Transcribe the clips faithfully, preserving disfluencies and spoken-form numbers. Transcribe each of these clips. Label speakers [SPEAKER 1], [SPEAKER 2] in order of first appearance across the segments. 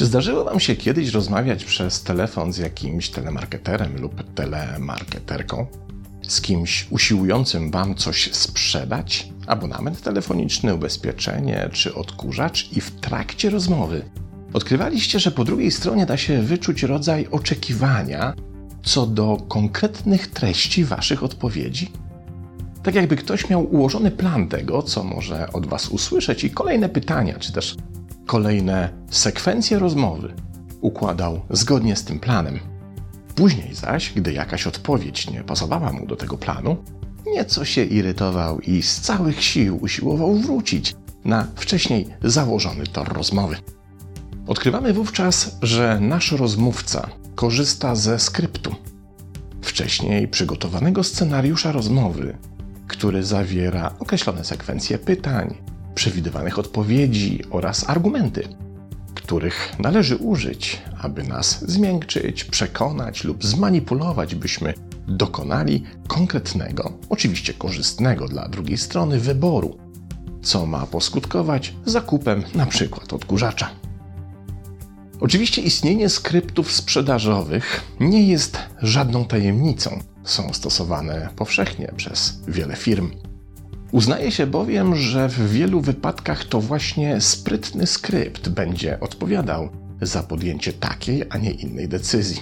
[SPEAKER 1] Czy zdarzyło Wam się kiedyś rozmawiać przez telefon z jakimś telemarketerem lub telemarketerką? Z kimś usiłującym Wam coś sprzedać? Abonament telefoniczny, ubezpieczenie czy odkurzacz i w trakcie rozmowy odkrywaliście, że po drugiej stronie da się wyczuć rodzaj oczekiwania co do konkretnych treści Waszych odpowiedzi? Tak jakby ktoś miał ułożony plan tego, co może od Was usłyszeć i kolejne pytania, czy też kolejne sekwencje rozmowy układał zgodnie z tym planem. Później zaś, gdy jakaś odpowiedź nie pasowała mu do tego planu, nieco się irytował i z całych sił usiłował wrócić na wcześniej założony tor rozmowy. Odkrywamy wówczas, że nasz rozmówca korzysta ze skryptu, wcześniej przygotowanego scenariusza rozmowy, który zawiera określone sekwencje pytań, przewidywanych odpowiedzi oraz argumenty, których należy użyć, aby nas zmiękczyć, przekonać lub zmanipulować, byśmy dokonali konkretnego, oczywiście korzystnego dla drugiej strony wyboru, co ma poskutkować zakupem np. odkurzacza. Oczywiście istnienie skryptów sprzedażowych nie jest żadną tajemnicą. Są stosowane powszechnie przez wiele firm. Uznaje się bowiem, że w wielu wypadkach to właśnie sprytny skrypt będzie odpowiadał za podjęcie takiej, a nie innej decyzji.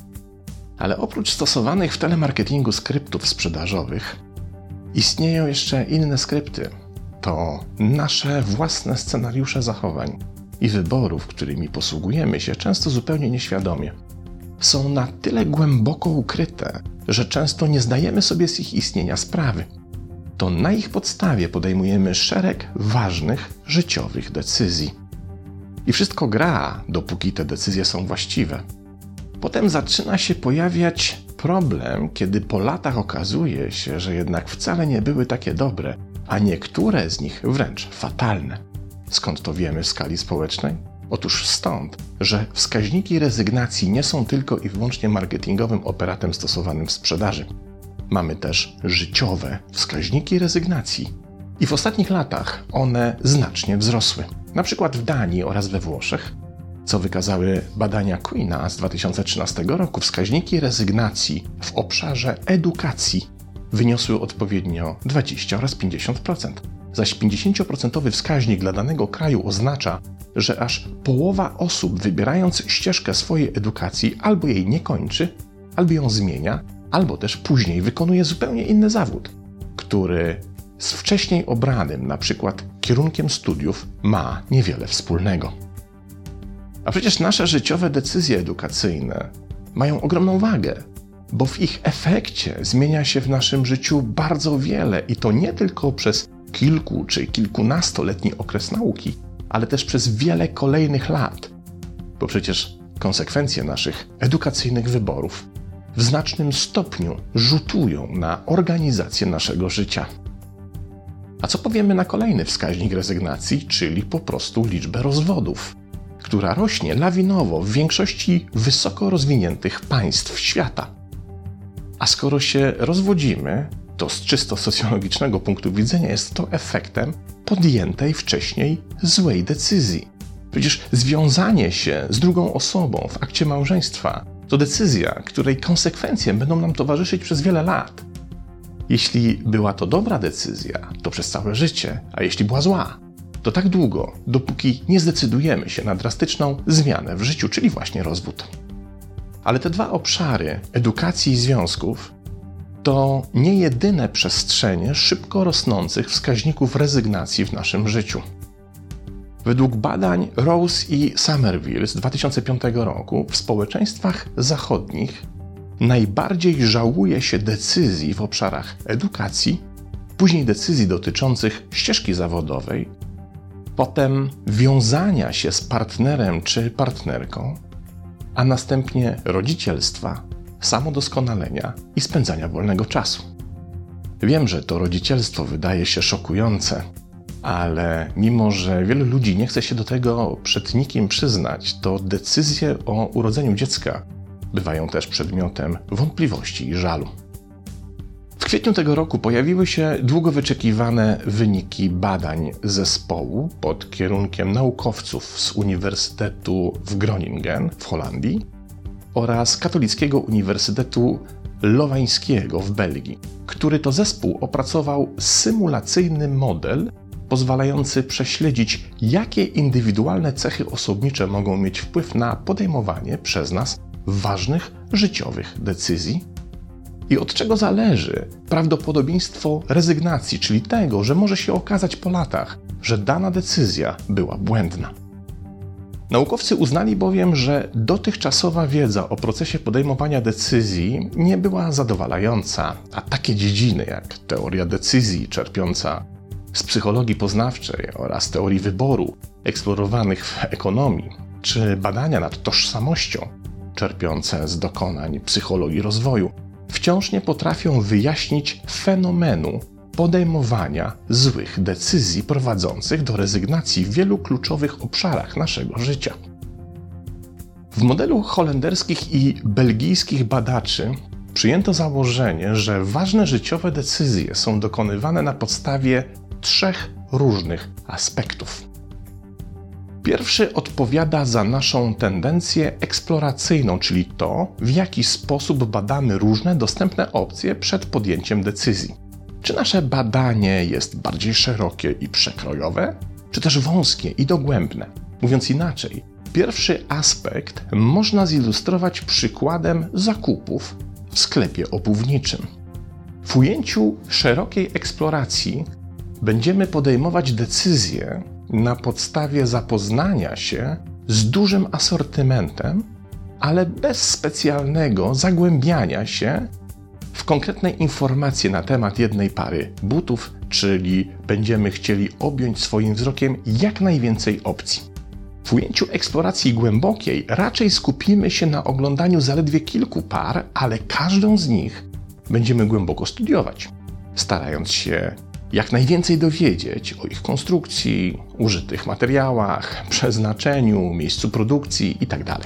[SPEAKER 1] Ale oprócz stosowanych w telemarketingu skryptów sprzedażowych, istnieją jeszcze inne skrypty. To nasze własne scenariusze zachowań i wyborów, którymi posługujemy się często zupełnie nieświadomie. Są na tyle głęboko ukryte, że często nie zdajemy sobie z ich istnienia sprawy. To na ich podstawie podejmujemy szereg ważnych, życiowych decyzji. I wszystko gra, dopóki te decyzje są właściwe. Potem zaczyna się pojawiać problem, kiedy po latach okazuje się, że jednak wcale nie były takie dobre, a niektóre z nich wręcz fatalne. Skąd to wiemy w skali społecznej? Otóż stąd, że wskaźniki rezygnacji nie są tylko i wyłącznie marketingowym operatem stosowanym w sprzedaży. Mamy też życiowe wskaźniki rezygnacji. I w ostatnich latach one znacznie wzrosły. Na przykład w Danii oraz we Włoszech, co wykazały badania Queena z dwa tysiące trzynastego roku, wskaźniki rezygnacji w obszarze edukacji wyniosły odpowiednio dwadzieścia oraz pięćdziesiąt procent. Zaś pięćdziesięcioprocentowy wskaźnik dla danego kraju oznacza, że aż połowa osób, wybierając ścieżkę swojej edukacji, albo jej nie kończy, albo ją zmienia, albo też później wykonuje zupełnie inny zawód, który z wcześniej obranym, na przykład kierunkiem studiów, ma niewiele wspólnego. A przecież nasze życiowe decyzje edukacyjne mają ogromną wagę, bo w ich efekcie zmienia się w naszym życiu bardzo wiele i to nie tylko przez kilku czy kilkunastoletni okres nauki, ale też przez wiele kolejnych lat, bo przecież konsekwencje naszych edukacyjnych wyborów w znacznym stopniu rzutują na organizację naszego życia. A co powiemy na kolejny wskaźnik rezygnacji, czyli po prostu liczbę rozwodów, która rośnie lawinowo w większości wysoko rozwiniętych państw świata. A skoro się rozwodzimy, to z czysto socjologicznego punktu widzenia jest to efektem podjętej wcześniej złej decyzji. Przecież związanie się z drugą osobą w akcie małżeństwa to decyzja, której konsekwencje będą nam towarzyszyć przez wiele lat. Jeśli była to dobra decyzja, to przez całe życie, a jeśli była zła, to tak długo, dopóki nie zdecydujemy się na drastyczną zmianę w życiu, czyli właśnie rozwód. Ale te dwa obszary, edukacji i związków, to nie jedyne przestrzenie szybko rosnących wskaźników rezygnacji w naszym życiu. Według badań Rose i Somerville z dwa tysiące piątego roku w społeczeństwach zachodnich najbardziej żałuje się decyzji w obszarach edukacji, później decyzji dotyczących ścieżki zawodowej, potem wiązania się z partnerem czy partnerką, a następnie rodzicielstwa, samodoskonalenia i spędzania wolnego czasu. Wiem, że to rodzicielstwo wydaje się szokujące, ale mimo, że wielu ludzi nie chce się do tego przed nikim przyznać, to decyzje o urodzeniu dziecka bywają też przedmiotem wątpliwości i żalu. W W kwietniu tego roku pojawiły się długo wyczekiwane wyniki badań zespołu pod kierunkiem naukowców z Uniwersytetu w Groningen w Holandii oraz Katolickiego Uniwersytetu Lowańskiego w Belgii, który to zespół opracował symulacyjny model pozwalający prześledzić, jakie indywidualne cechy osobnicze mogą mieć wpływ na podejmowanie przez nas ważnych życiowych decyzji i od czego zależy prawdopodobieństwo rezygnacji, czyli tego, że może się okazać po latach, że dana decyzja była błędna. Naukowcy uznali bowiem, że dotychczasowa wiedza o procesie podejmowania decyzji nie była zadowalająca, a takie dziedziny jak teoria decyzji czerpiąca z psychologii poznawczej oraz teorii wyboru eksplorowanych w ekonomii, czy badania nad tożsamością czerpiące z dokonań psychologii rozwoju, wciąż nie potrafią wyjaśnić fenomenu podejmowania złych decyzji prowadzących do rezygnacji w wielu kluczowych obszarach naszego życia. W modelu holenderskich i belgijskich badaczy przyjęto założenie, że ważne życiowe decyzje są dokonywane na podstawie trzech różnych aspektów. Pierwszy odpowiada za naszą tendencję eksploracyjną, czyli to, w jaki sposób badamy różne dostępne opcje przed podjęciem decyzji. Czy nasze badanie jest bardziej szerokie i przekrojowe, czy też wąskie i dogłębne? Mówiąc inaczej, pierwszy aspekt można zilustrować przykładem zakupów w sklepie obuwniczym. W ujęciu szerokiej eksploracji będziemy podejmować decyzje na podstawie zapoznania się z dużym asortymentem, ale bez specjalnego zagłębiania się w konkretne informacje na temat jednej pary butów, czyli będziemy chcieli objąć swoim wzrokiem jak najwięcej opcji. W ujęciu eksploracji głębokiej raczej skupimy się na oglądaniu zaledwie kilku par, ale każdą z nich będziemy głęboko studiować, starając się jak najwięcej dowiedzieć o ich konstrukcji, użytych materiałach, przeznaczeniu, miejscu produkcji itd.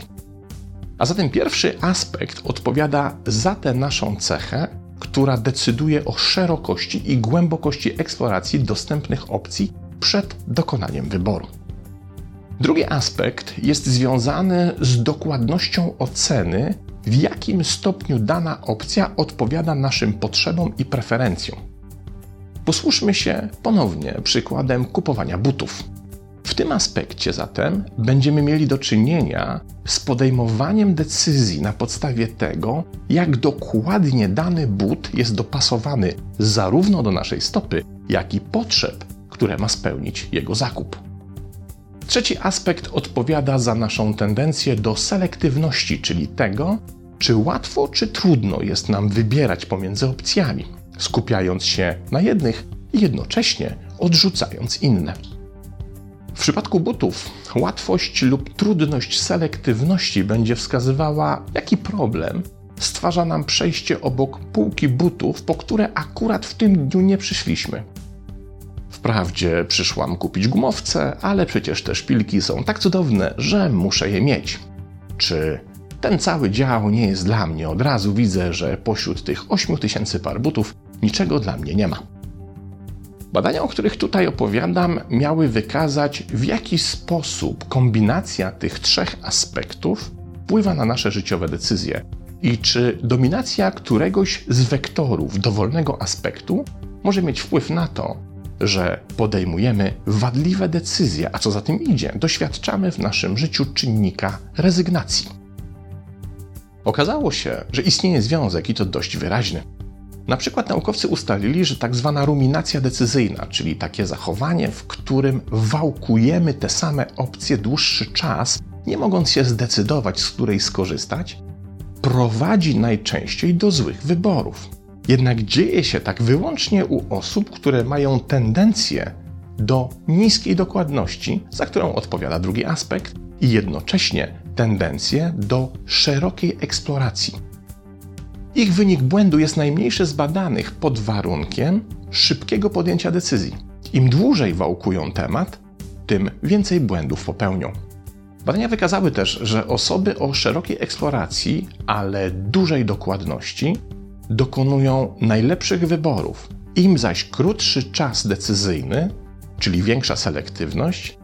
[SPEAKER 1] A zatem pierwszy aspekt odpowiada za tę naszą cechę, która decyduje o szerokości i głębokości eksploracji dostępnych opcji przed dokonaniem wyboru. Drugi aspekt jest związany z dokładnością oceny, w jakim stopniu dana opcja odpowiada naszym potrzebom i preferencjom. Posłużmy się ponownie przykładem kupowania butów. W tym aspekcie zatem będziemy mieli do czynienia z podejmowaniem decyzji na podstawie tego, jak dokładnie dany but jest dopasowany zarówno do naszej stopy, jak i potrzeb, które ma spełnić jego zakup. Trzeci aspekt odpowiada za naszą tendencję do selektywności, czyli tego, czy łatwo czy trudno jest nam wybierać pomiędzy opcjami, skupiając się na jednych i jednocześnie odrzucając inne. W przypadku butów łatwość lub trudność selektywności będzie wskazywała, jaki problem stwarza nam przejście obok półki butów, po które akurat w tym dniu nie przyszliśmy. Wprawdzie przyszłam kupić gumowce, ale przecież te szpilki są tak cudowne, że muszę je mieć. Czy ten cały dział nie jest dla mnie? Od razu widzę, że pośród tych ośmiu tysięcy par butów niczego dla mnie nie ma. Badania, o których tutaj opowiadam, miały wykazać, w jaki sposób kombinacja tych trzech aspektów wpływa na nasze życiowe decyzje i czy dominacja któregoś z wektorów dowolnego aspektu może mieć wpływ na to, że podejmujemy wadliwe decyzje, a co za tym idzie, doświadczamy w naszym życiu czynnika rezygnacji. Okazało się, że istnieje związek i to dość wyraźny. Na przykład naukowcy ustalili, że tak zwana ruminacja decyzyjna, czyli takie zachowanie, w którym wałkujemy te same opcje dłuższy czas, nie mogąc się zdecydować, z której skorzystać, prowadzi najczęściej do złych wyborów. Jednak dzieje się tak wyłącznie u osób, które mają tendencję do niskiej dokładności, za którą odpowiada drugi aspekt, i jednocześnie tendencję do szerokiej eksploracji. Ich wynik błędu jest najmniejszy z badanych pod warunkiem szybkiego podjęcia decyzji. Im dłużej wałkują temat, tym więcej błędów popełnią. Badania wykazały też, że osoby o szerokiej eksploracji, ale dużej dokładności, dokonują najlepszych wyborów. Im zaś krótszy czas decyzyjny, czyli większa selektywność,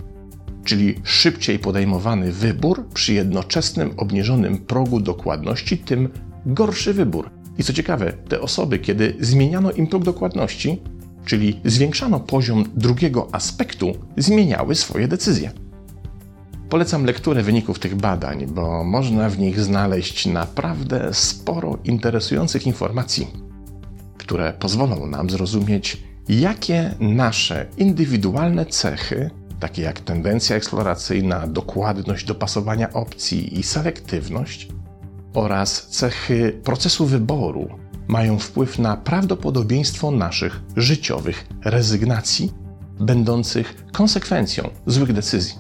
[SPEAKER 1] czyli szybciej podejmowany wybór przy jednoczesnym obniżonym progu dokładności, tym gorszy wybór. I co ciekawe, te osoby, kiedy zmieniano im próg dokładności, czyli zwiększano poziom drugiego aspektu, zmieniały swoje decyzje. Polecam lekturę wyników tych badań, bo można w nich znaleźć naprawdę sporo interesujących informacji, które pozwolą nam zrozumieć, jakie nasze indywidualne cechy, takie jak tendencja eksploracyjna, dokładność dopasowania opcji i selektywność, oraz cechy procesu wyboru mają wpływ na prawdopodobieństwo naszych życiowych rezygnacji, będących konsekwencją złych decyzji.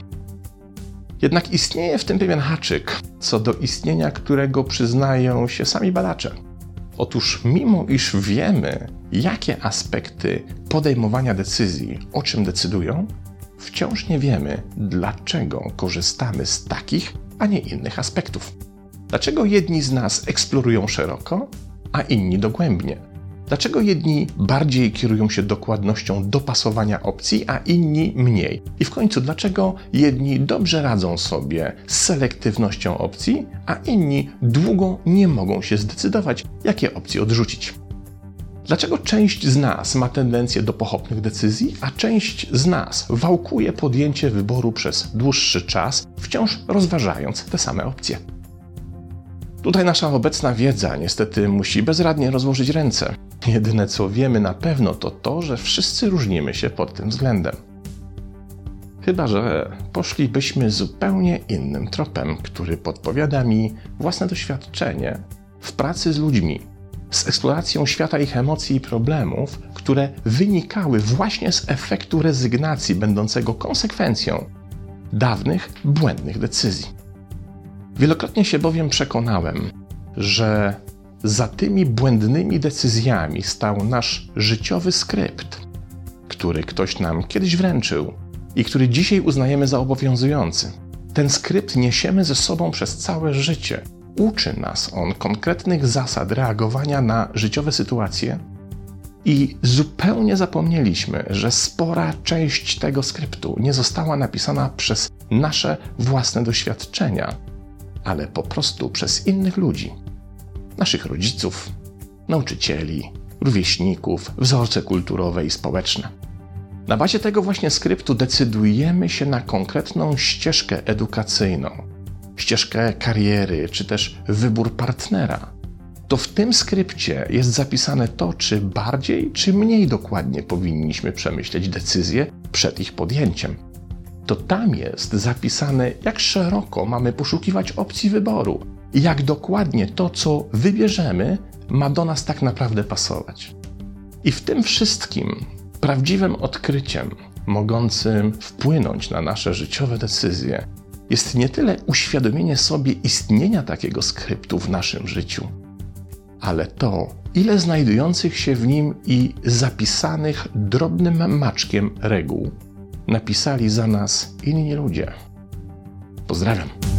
[SPEAKER 1] Jednak istnieje w tym pewien haczyk, co do istnienia którego przyznają się sami badacze. Otóż mimo iż wiemy, jakie aspekty podejmowania decyzji o czym decydują, wciąż nie wiemy, dlaczego korzystamy z takich, a nie innych aspektów. Dlaczego jedni z nas eksplorują szeroko, a inni dogłębnie? Dlaczego jedni bardziej kierują się dokładnością dopasowania opcji, a inni mniej? I w końcu, dlaczego jedni dobrze radzą sobie z selektywnością opcji, a inni długo nie mogą się zdecydować, jakie opcje odrzucić? Dlaczego część z nas ma tendencję do pochopnych decyzji, a część z nas wałkuje podjęcie wyboru przez dłuższy czas, wciąż rozważając te same opcje? Tutaj nasza obecna wiedza niestety musi bezradnie rozłożyć ręce. Jedyne co wiemy na pewno to to, że wszyscy różnimy się pod tym względem. Chyba że poszlibyśmy zupełnie innym tropem, który podpowiada mi własne doświadczenie w pracy z ludźmi, z eksploracją świata ich emocji i problemów, które wynikały właśnie z efektu rezygnacji będącego konsekwencją dawnych, błędnych decyzji. Wielokrotnie się bowiem przekonałem, że za tymi błędnymi decyzjami stał nasz życiowy skrypt, który ktoś nam kiedyś wręczył i który dzisiaj uznajemy za obowiązujący. Ten skrypt niesiemy ze sobą przez całe życie. Uczy nas on konkretnych zasad reagowania na życiowe sytuacje i zupełnie zapomnieliśmy, że spora część tego skryptu nie została napisana przez nasze własne doświadczenia, ale po prostu przez innych ludzi. Naszych rodziców, nauczycieli, rówieśników, wzorce kulturowe i społeczne. Na bazie tego właśnie skryptu decydujemy się na konkretną ścieżkę edukacyjną, ścieżkę kariery, czy też wybór partnera. To w tym skrypcie jest zapisane to, czy bardziej, czy mniej dokładnie powinniśmy przemyśleć decyzje przed ich podjęciem. To tam jest zapisane, jak szeroko mamy poszukiwać opcji wyboru i jak dokładnie to, co wybierzemy, ma do nas tak naprawdę pasować. I w tym wszystkim prawdziwym odkryciem mogącym wpłynąć na nasze życiowe decyzje jest nie tyle uświadomienie sobie istnienia takiego skryptu w naszym życiu, ale to, ile znajdujących się w nim i zapisanych drobnym maczkiem reguł napisali za nas inni ludzie. Pozdrawiam.